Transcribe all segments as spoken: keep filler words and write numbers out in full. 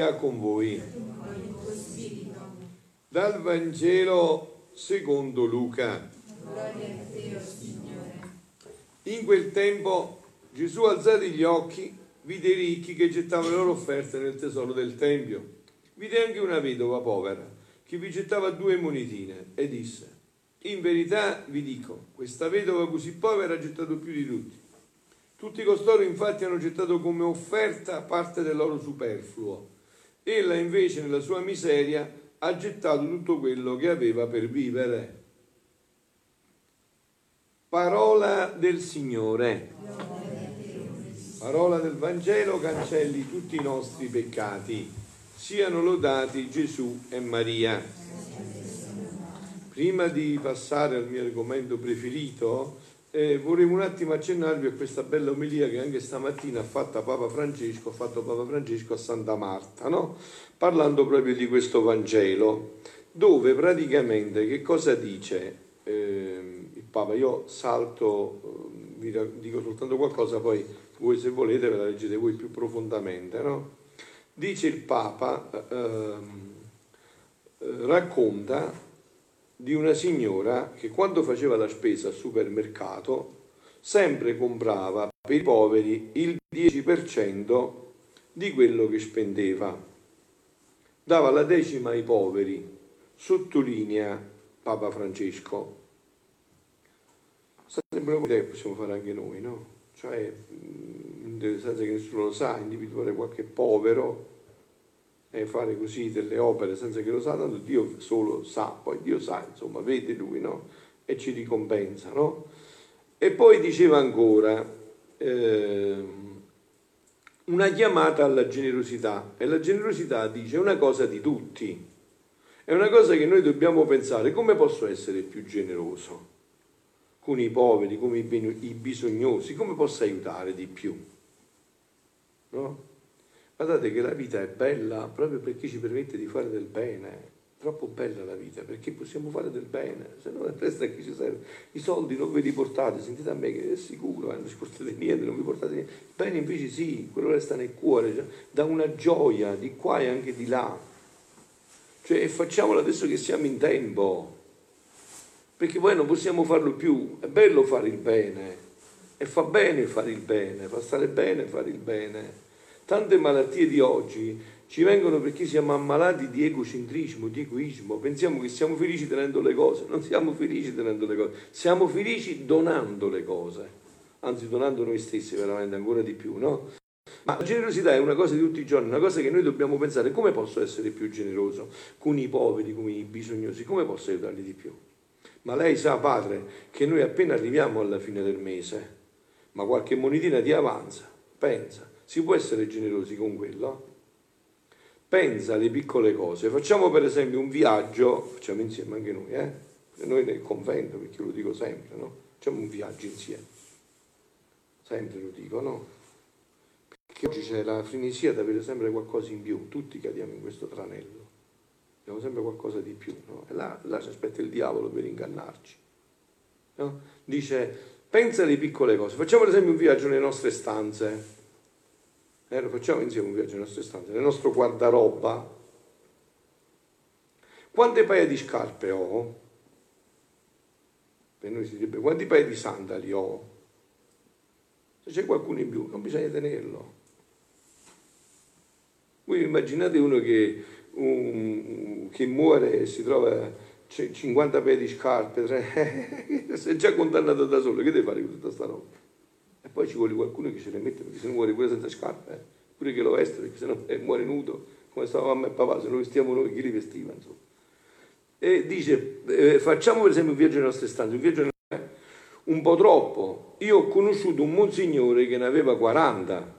sia con voi. Dal Vangelo secondo Luca. In quel tempo Gesù, alzati gli occhi, vide i ricchi che gettavano le loro offerte nel tesoro del Tempio. Vide anche una vedova povera che vi gettava due monetine e disse: in verità vi dico, questa vedova così povera ha gettato più di tutti. Tutti costoro infatti hanno gettato come offerta parte del loro superfluo. Ella invece nella sua miseria ha gettato tutto quello che aveva per vivere. Parola del Signore. Parola del Vangelo cancelli tutti i nostri peccati. Siano lodati Gesù e Maria. Prima di passare al mio argomento preferito, eh, volevo un attimo accennarvi a questa bella omelia che anche stamattina ha fatto Papa Francesco, ha fatto Papa Francesco a Santa Marta, no? Parlando proprio di questo Vangelo, dove praticamente che cosa dice eh, il Papa? Io salto, vi dico soltanto qualcosa, poi voi se volete ve la leggete voi più profondamente, no? Dice il Papa, eh, eh, racconta di una signora che quando faceva la spesa al supermercato sempre comprava per i poveri il dieci per cento di quello che spendeva. Dava la decima ai poveri, sottolinea Papa Francesco. Sarebbe una cosa che possiamo fare anche noi, no? Cioè, senza che nessuno lo sa, individuare qualche povero e fare così delle opere senza che lo sa, tanto Dio solo sa, poi Dio sa, insomma, vede lui, no? E ci ricompensa, no? E poi diceva ancora eh, una chiamata alla generosità, e la generosità, dice, è una cosa di tutti, è una cosa che noi dobbiamo pensare: come posso essere più generoso con i poveri, con i bisognosi, come posso aiutare di più, no? Guardate che la vita è bella proprio perché ci permette di fare del bene. Troppo bella la vita, perché possiamo fare del bene, se no resta che ci serve. I soldi non ve li portate, sentite a me che è sicuro, eh, non ci portate niente, non vi portate niente. Il bene invece sì, quello resta nel cuore, cioè, dà una gioia di qua e anche di là. Cioè, facciamolo adesso che siamo in tempo, perché poi non possiamo farlo più. È bello fare il bene, e fa bene fare il bene, fa stare bene fare il bene. Tante malattie di oggi ci vengono perché siamo ammalati di egocentrismo, di egoismo. Pensiamo che siamo felici tenendo le cose. Non siamo felici tenendo le cose, siamo felici donando le cose, anzi donando noi stessi veramente ancora di più, no? Ma la generosità è una cosa di tutti i giorni, una cosa che noi dobbiamo pensare: come posso essere più generoso con i poveri, con i bisognosi, come posso aiutarli di più? Ma lei sa, padre, che noi appena arriviamo alla fine del mese, ma qualche monetina ti avanza, pensa. Si può essere generosi con quello? Pensa alle piccole cose. Facciamo per esempio un viaggio, facciamo insieme anche noi, eh? Noi nel convento, perché lo dico sempre, no? Facciamo un viaggio insieme. Sempre lo dico, no? Perché oggi c'è la frenesia di avere sempre qualcosa in più. Tutti cadiamo in questo tranello. Abbiamo sempre qualcosa di più, no? E là, là ci aspetta il diavolo per ingannarci, no? Dice, pensa alle piccole cose. Facciamo per esempio un viaggio nelle nostre stanze. Eh, lo facciamo insieme un viaggio nelle nostre stanze, nel nostro guardaroba. Quante paia di scarpe ho? Per noi si direbbe, quanti paia di sandali ho? Se c'è qualcuno in più, non bisogna tenerlo. Voi immaginate uno che, um, che muore e si trova cinquanta paia di scarpe, se è già condannato da solo, che deve fare con tutta sta roba? E poi ci vuole qualcuno che ce le mette, perché se no muore pure senza scarpe, eh? Pure che lo veste, perché se no eh, muore nudo, come stava mamma e papà, se lo vestiamo noi, chi li vestiva, insomma. E dice, eh, facciamo per esempio un viaggio nelle nostre stanze, un viaggio eh, un po' troppo. Io ho conosciuto un monsignore che ne aveva quaranta,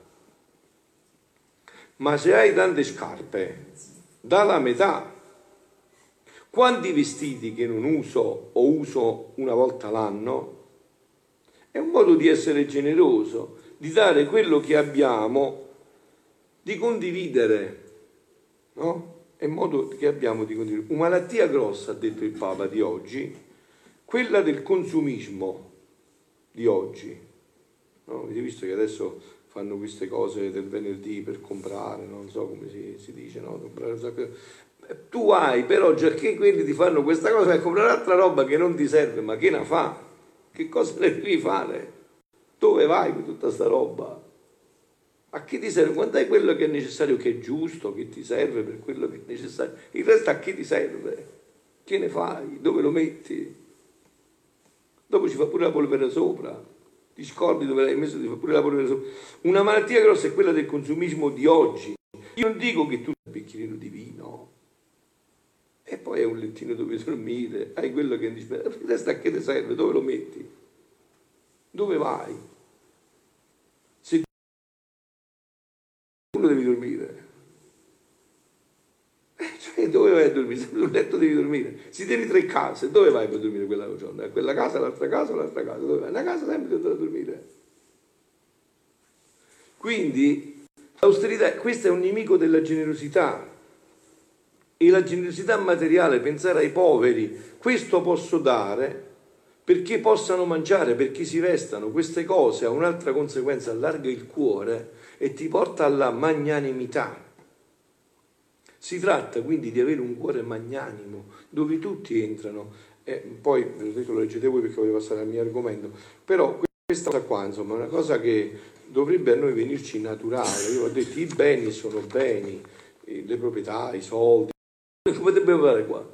ma se hai tante scarpe, dà la metà. Quanti vestiti che non uso o uso una volta l'anno? È un modo di essere generoso, di dare quello che abbiamo, di condividere, no? È un modo che abbiamo di condividere. Una malattia grossa, ha detto il Papa, di oggi, quella del consumismo di oggi. No? Avete visto che adesso fanno queste cose del venerdì per comprare, non so come si, si dice, no? Comprare, tu hai però, già che quelli ti fanno questa cosa, vai a comprare altra roba che non ti serve, ma che ne fa? Che cosa ne devi fare? Dove vai con tutta sta roba? A chi ti serve? Quando hai quello che è necessario, che è giusto, che ti serve per quello che è necessario, il resto a chi ti serve? Che ne fai? Dove lo metti? Dopo ci fa pure la polvere sopra. Ti scordi dove l'hai messo, ti fa pure la polvere sopra. Una malattia grossa è quella del consumismo di oggi. Io non dico che tu hai un bicchierino di vino e poi hai un lettino dove dormire, hai quello che è indispensato. Il resto a che ti serve? Dove lo metti? Dove vai? Se tu devi dormire. Cioè, dove vai a dormire? Se sul letto devi dormire. Se tieni tre case, dove vai per dormire quella giornata? Quella casa, l'altra casa, l'altra casa. Dove vai? Una casa sempre da dormire. Quindi l'austerità, questo è un nemico della generosità. E la generosità materiale, pensare ai poveri, questo posso dare perché possano mangiare, perché si vestano. Queste cose ha un'altra conseguenza, allarga il cuore e ti porta alla magnanimità. Si tratta quindi di avere un cuore magnanimo, dove tutti entrano. E poi, ve l'ho detto, lo leggete voi perché voglio passare al mio argomento, però questa cosa qua, insomma, è una cosa che dovrebbe a noi venirci naturale. Io ho detto, i beni sono beni, le proprietà, i soldi, come dobbiamo fare qua?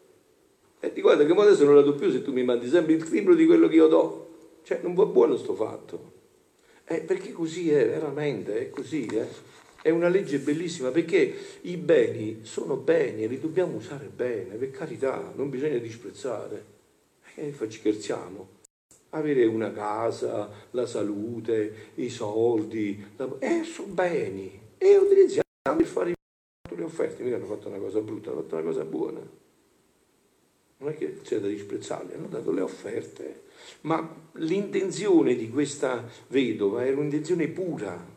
E ti guarda che mo adesso non la do più se tu mi mandi sempre il triplo di quello che io do. Cioè, non va buono sto fatto. Eh, perché così è, veramente, è così, eh. È una legge bellissima perché i beni sono beni e li dobbiamo usare bene, per carità, non bisogna disprezzare. Eh, ci scherziamo. Avere una casa, la salute, i soldi, la... eh, sono beni e utilizziamo per fare le offerte. Mica hanno fatto una cosa brutta, hanno fatto una cosa buona. Non è che c'è da disprezzarli, hanno dato le offerte. Ma l'intenzione di questa vedova era un'intenzione pura.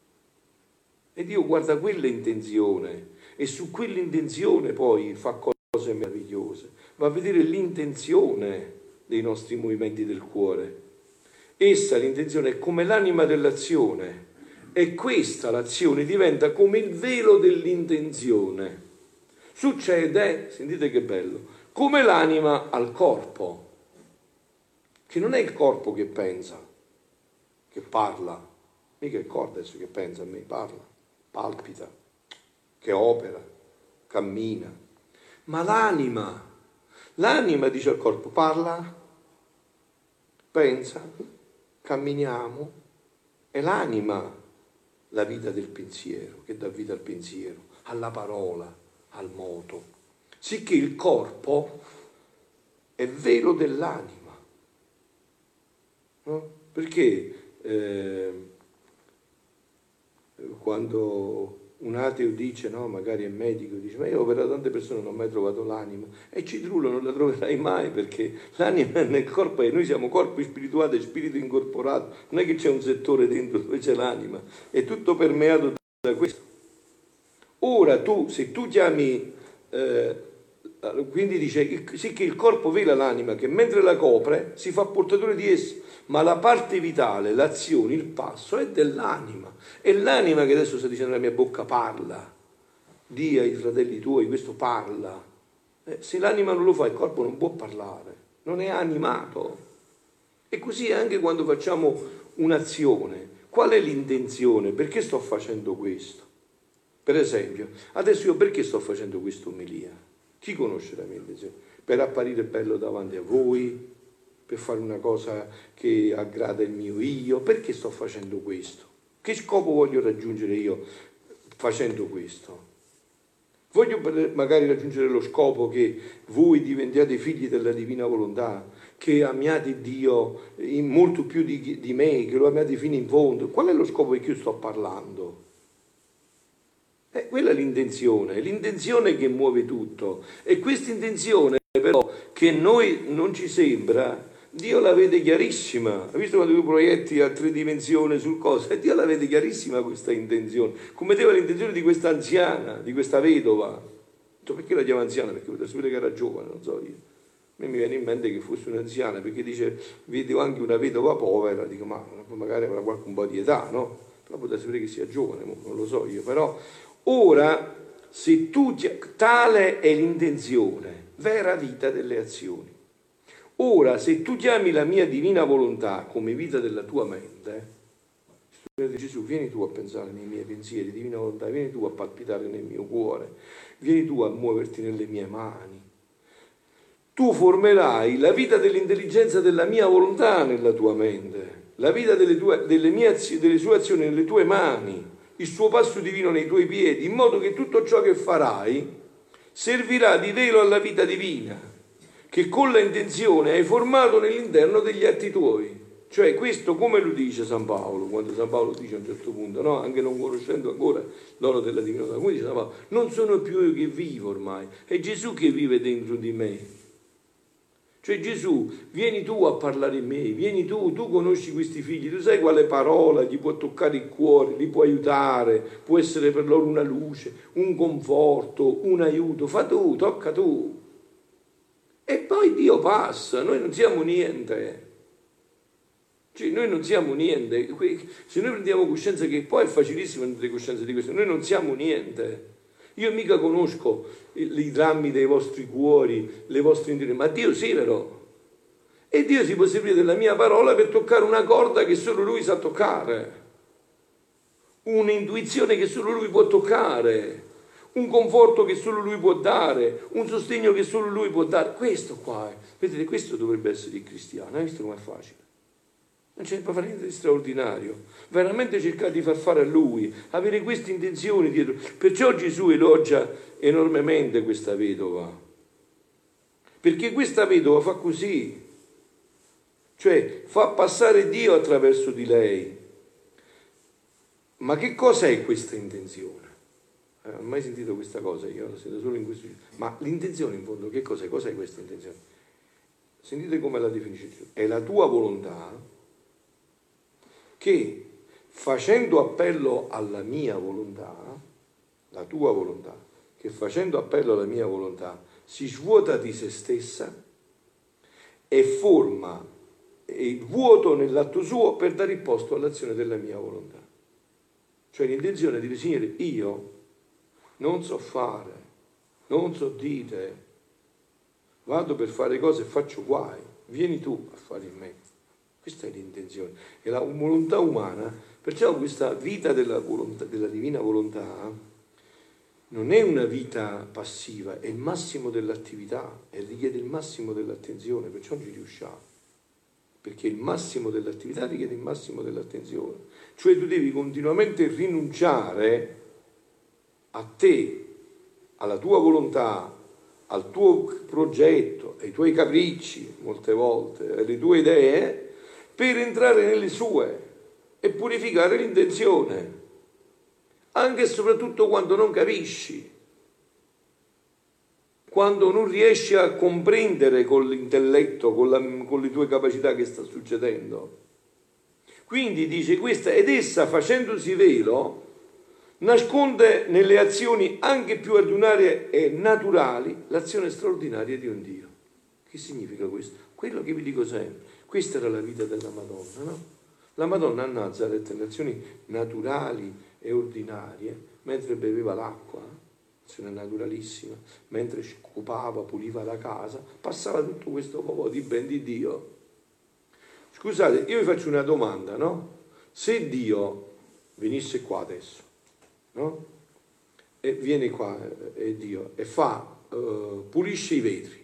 E Dio guarda quella intenzione e su quell'intenzione poi fa cose meravigliose. Va a vedere l'intenzione dei nostri movimenti del cuore. Essa, l'intenzione, è come l'anima dell'azione e questa, l'azione, diventa come il velo dell'intenzione. Succede, sentite che bello, come l'anima al corpo, che non è il corpo che pensa, che parla, mica il corpo adesso che pensa a me, parla, palpita, che opera, cammina, ma l'anima, l'anima dice al corpo, parla, pensa, camminiamo, è l'anima la vita del pensiero, che dà vita al pensiero, alla parola, al moto, sicché il corpo è velo dell'anima, no? Perché eh, quando un ateo dice, no, magari è medico, dice, ma io ho operato tante persone, non ho mai trovato l'anima, e ci trullo, non la troverai mai, perché l'anima è nel corpo, e noi siamo corpo spirituale, spirito incorporato, non è che c'è un settore dentro dove c'è l'anima, è tutto permeato da questo. Ora tu, se tu chiami, eh, quindi dice, sì che il corpo vela l'anima, che mentre la copre si fa portatore di essa, ma la parte vitale, l'azione, il passo è dell'anima. È l'anima che adesso sta dicendo la mia bocca parla, di ai fratelli tuoi, questo parla. Eh, se l'anima non lo fa, il corpo non può parlare, non è animato. E così anche quando facciamo un'azione, qual è l'intenzione? Perché sto facendo questo? Per esempio, adesso io perché sto facendo questa omelia? Chi conosce la mia intenzione? Per apparire bello davanti a voi? Per fare una cosa che aggrada il mio io? Perché sto facendo questo? Che scopo voglio raggiungere io facendo questo? Voglio magari raggiungere lo scopo che voi diventiate figli della divina volontà, che amiate Dio molto più di, di me, che lo amiate fino in fondo. Qual è lo scopo di cui io sto parlando? Eh, quella è l'intenzione, è l'intenzione che muove tutto. E questa intenzione però che noi non ci sembra, Dio la vede chiarissima. Hai visto quando tu proietti a tre dimensioni sul coso? Dio la vede chiarissima questa intenzione. Come aveva l'intenzione di questa anziana, di questa vedova. Perché la chiama anziana? Perché poteva sapere che era giovane, non so io. A me mi viene in mente che fosse un'anziana, perché dice, vedevo anche una vedova povera, dico, ma magari avrà qualche un po' di età, no? però può essere che sia giovane, non lo so io, però ora se tu ti, tale è l'intenzione, vera vita delle azioni. Ora se tu chiami la mia divina volontà come vita della tua mente, Gesù, vieni tu a pensare nei miei pensieri, divina volontà, vieni tu a palpitare nel mio cuore, vieni tu a muoverti nelle mie mani. Tu formerai la vita dell'intelligenza della mia volontà nella tua mente, la vita delle, tue, delle, mie azioni, delle sue azioni nelle tue mani, il suo passo divino nei tuoi piedi, in modo che tutto ciò che farai servirà di velo alla vita divina, che con la intenzione hai formato nell'interno degli atti tuoi. Cioè questo come lo dice San Paolo, quando San Paolo dice a un certo punto, no? Anche non conoscendo ancora l'oro della divinità, come dice San Paolo, non sono più io che vivo ormai, è Gesù che vive dentro di me. Cioè Gesù, vieni tu a parlare in me, vieni tu, tu conosci questi figli, tu sai quale parola gli può toccare il cuore, li può aiutare, può essere per loro una luce, un conforto, un aiuto, fa tu, tocca tu. E poi Dio passa, noi non siamo niente. Cioè, noi non siamo niente, se noi prendiamo coscienza, che poi è facilissimo prendere coscienza di questo, noi non siamo niente. Io mica conosco i, i drammi dei vostri cuori, le vostre intenzioni, ma Dio sì, però. E Dio si può servire della mia parola per toccare una corda che solo Lui sa toccare, un'intuizione che solo Lui può toccare, un conforto che solo Lui può dare, un sostegno che solo Lui può dare. Questo qua, è. Vedete, questo dovrebbe essere il cristiano, hai visto com'è facile? Non c'è da fare niente di straordinario, veramente cercare di far fare a Lui, avere queste intenzioni dietro. Perciò Gesù elogia enormemente questa vedova, perché questa vedova fa così, cioè fa passare Dio attraverso di lei. Ma che cosa è questa intenzione? Eh, non ho mai sentito questa cosa, io l'ho sentito solo in questo. Ma l'intenzione in fondo che cos'è? Cos'è questa intenzione? Sentite come la definisce Gesù. È la tua volontà che, facendo appello alla mia volontà, la tua volontà, che facendo appello alla mia volontà si svuota di se stessa e forma il vuoto nell'atto suo per dare il posto all'azione della mia volontà. Cioè l'intenzione di dire, Signore, io non so fare, non so dire, vado per fare cose e faccio guai, vieni tu a fare in me. Questa è l'intenzione, è la volontà umana. Perciò questa vita della, volontà, della divina volontà non è una vita passiva, è il massimo dell'attività e richiede il massimo dell'attenzione, perciò non ci riusciamo, perché il massimo dell'attività richiede il massimo dell'attenzione. Cioè tu devi continuamente rinunciare a te, alla tua volontà, al tuo progetto, ai tuoi capricci, molte volte, alle tue idee, per entrare nelle sue e purificare l'intenzione, anche e soprattutto quando non capisci, quando non riesci a comprendere con l'intelletto, con, la, con le tue capacità che sta succedendo. Quindi dice questa, ed essa facendosi velo nasconde nelle azioni anche più ordinarie e naturali l'azione straordinaria di un Dio. Che significa questo? Quello che vi dico sempre, questa era la vita della Madonna, no? La Madonna a Nazareth, nelle azioni naturali e ordinarie, mentre beveva l'acqua, azione naturalissima, mentre scopava, puliva la casa, passava tutto questo popolo di ben di Dio. Scusate, io vi faccio una domanda, no? Se Dio venisse qua adesso, no? E viene qua e Dio e fa, uh, pulisce i vetri,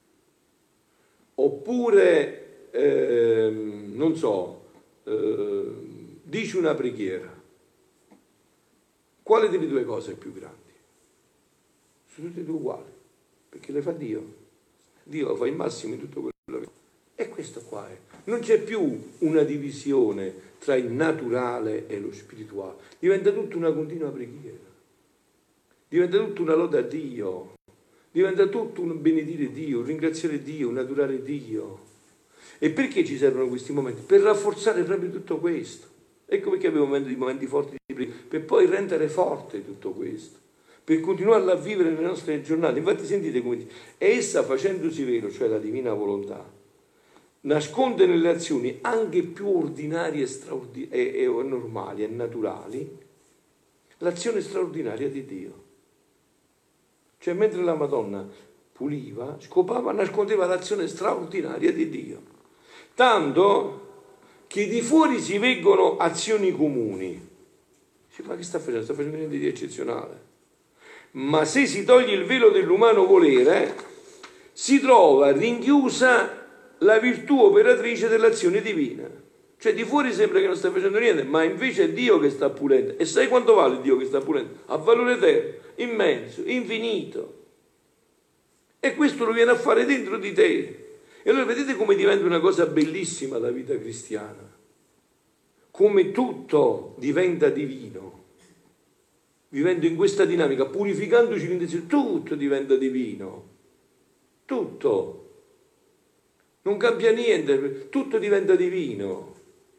oppure, eh, non so, eh, dice una preghiera, quale delle due cose è più grande? Sono tutte e due uguali, perché le fa Dio. Dio fa il massimo in tutto quello che... E questo qua è. Non c'è più una divisione tra il naturale e lo spirituale, diventa tutta una continua preghiera, diventa tutta una lode a Dio, diventa tutto un benedire Dio, un ringraziare Dio, un adorare Dio. E perché ci servono questi momenti? Per rafforzare proprio tutto questo. Ecco perché abbiamo momenti, momenti forti di preghiera, per poi rendere forte tutto questo, per continuarla a vivere nelle nostre giornate. Infatti sentite come dice, essa facendosi vero, cioè la divina volontà, nasconde nelle azioni anche più ordinarie e, straordin- e, e normali e naturali l'azione straordinaria di Dio. Cioè mentre la Madonna puliva, scopava, nascondeva l'azione straordinaria di Dio. Tanto che di fuori si vengono azioni comuni. Dice, ma che sta facendo? Sta facendo niente di eccezionale. Ma se si toglie il velo dell'umano volere, si trova rinchiusa la virtù operatrice dell'azione divina. Cioè di fuori sembra che non sta facendo niente, ma invece è Dio che sta pulendo. E sai quanto vale Dio che sta pulendo? Ha valore eterno, immenso, infinito. E questo lo viene a fare dentro di te. E allora vedete come diventa una cosa bellissima la vita cristiana. Come tutto diventa divino. Vivendo in questa dinamica, purificandoci l'intenzione, tutto diventa divino. Tutto. Non cambia niente, tutto diventa divino.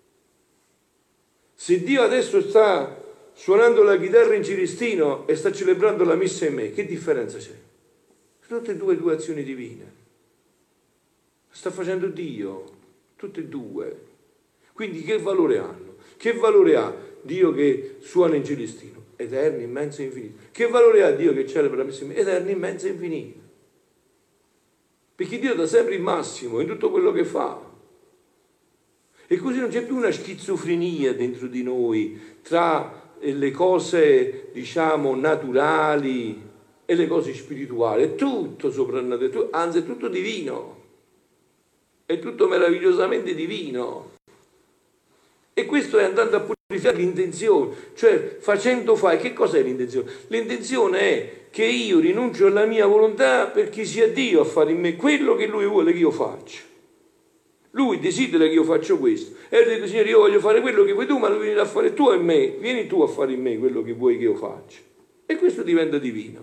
Se Dio adesso sta suonando la chitarra in Ciristino e sta celebrando la messa in me, che differenza c'è? Sono tutte e due due azioni divine. Sta facendo Dio, tutte e due. Quindi che valore hanno? Che valore ha Dio che suona in Celestino? Eterno, immenso e infinito. Che valore ha Dio che celebra la messa in me? Eterno, immenso e infinito. Perché Dio dà sempre il massimo in tutto quello che fa. E così non c'è più una schizofrenia dentro di noi tra le cose, diciamo, naturali e le cose spirituali. È tutto soprannaturale, anzi è tutto divino. È tutto meravigliosamente divino. E questo è andando a purificare l'intenzione, cioè facendo fare. Che cos'è l'intenzione? L'intenzione è che io rinuncio alla mia volontà perché sia Dio a fare in me quello che Lui vuole che io faccia. Lui desidera che io faccia questo. E io dico, Signore, io voglio fare quello che vuoi tu, ma lo vieni a fare tu e me. Vieni tu a fare in me quello che vuoi che io faccia. E questo diventa divino.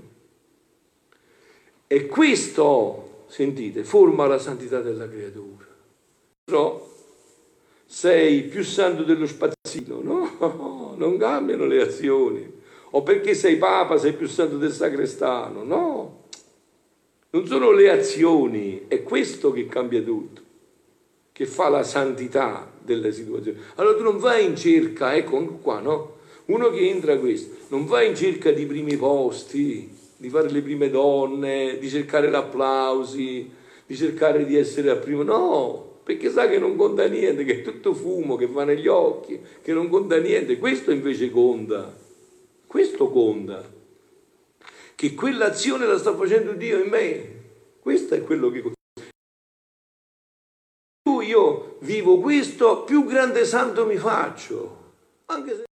E questo, sentite, forma la santità della creatura. Però sei più santo dello spazzino, no? Non cambiano le azioni. O perché sei papa sei più santo del sacrestano, no? Non sono le azioni, è questo che cambia tutto, che fa la santità delle situazioni. Allora tu non vai in cerca, ecco qua, no? Uno che entra a questo, non va in cerca di primi posti, di fare le prime donne, di cercare l'applausi, di cercare di essere al primo, no, perché sa che non conta niente, che è tutto fumo, che va negli occhi, che non conta niente. Questo invece conta, questo conta, che quell'azione la sta facendo Dio in me, questo è quello che conta. Più io vivo questo, più grande santo mi faccio, anche se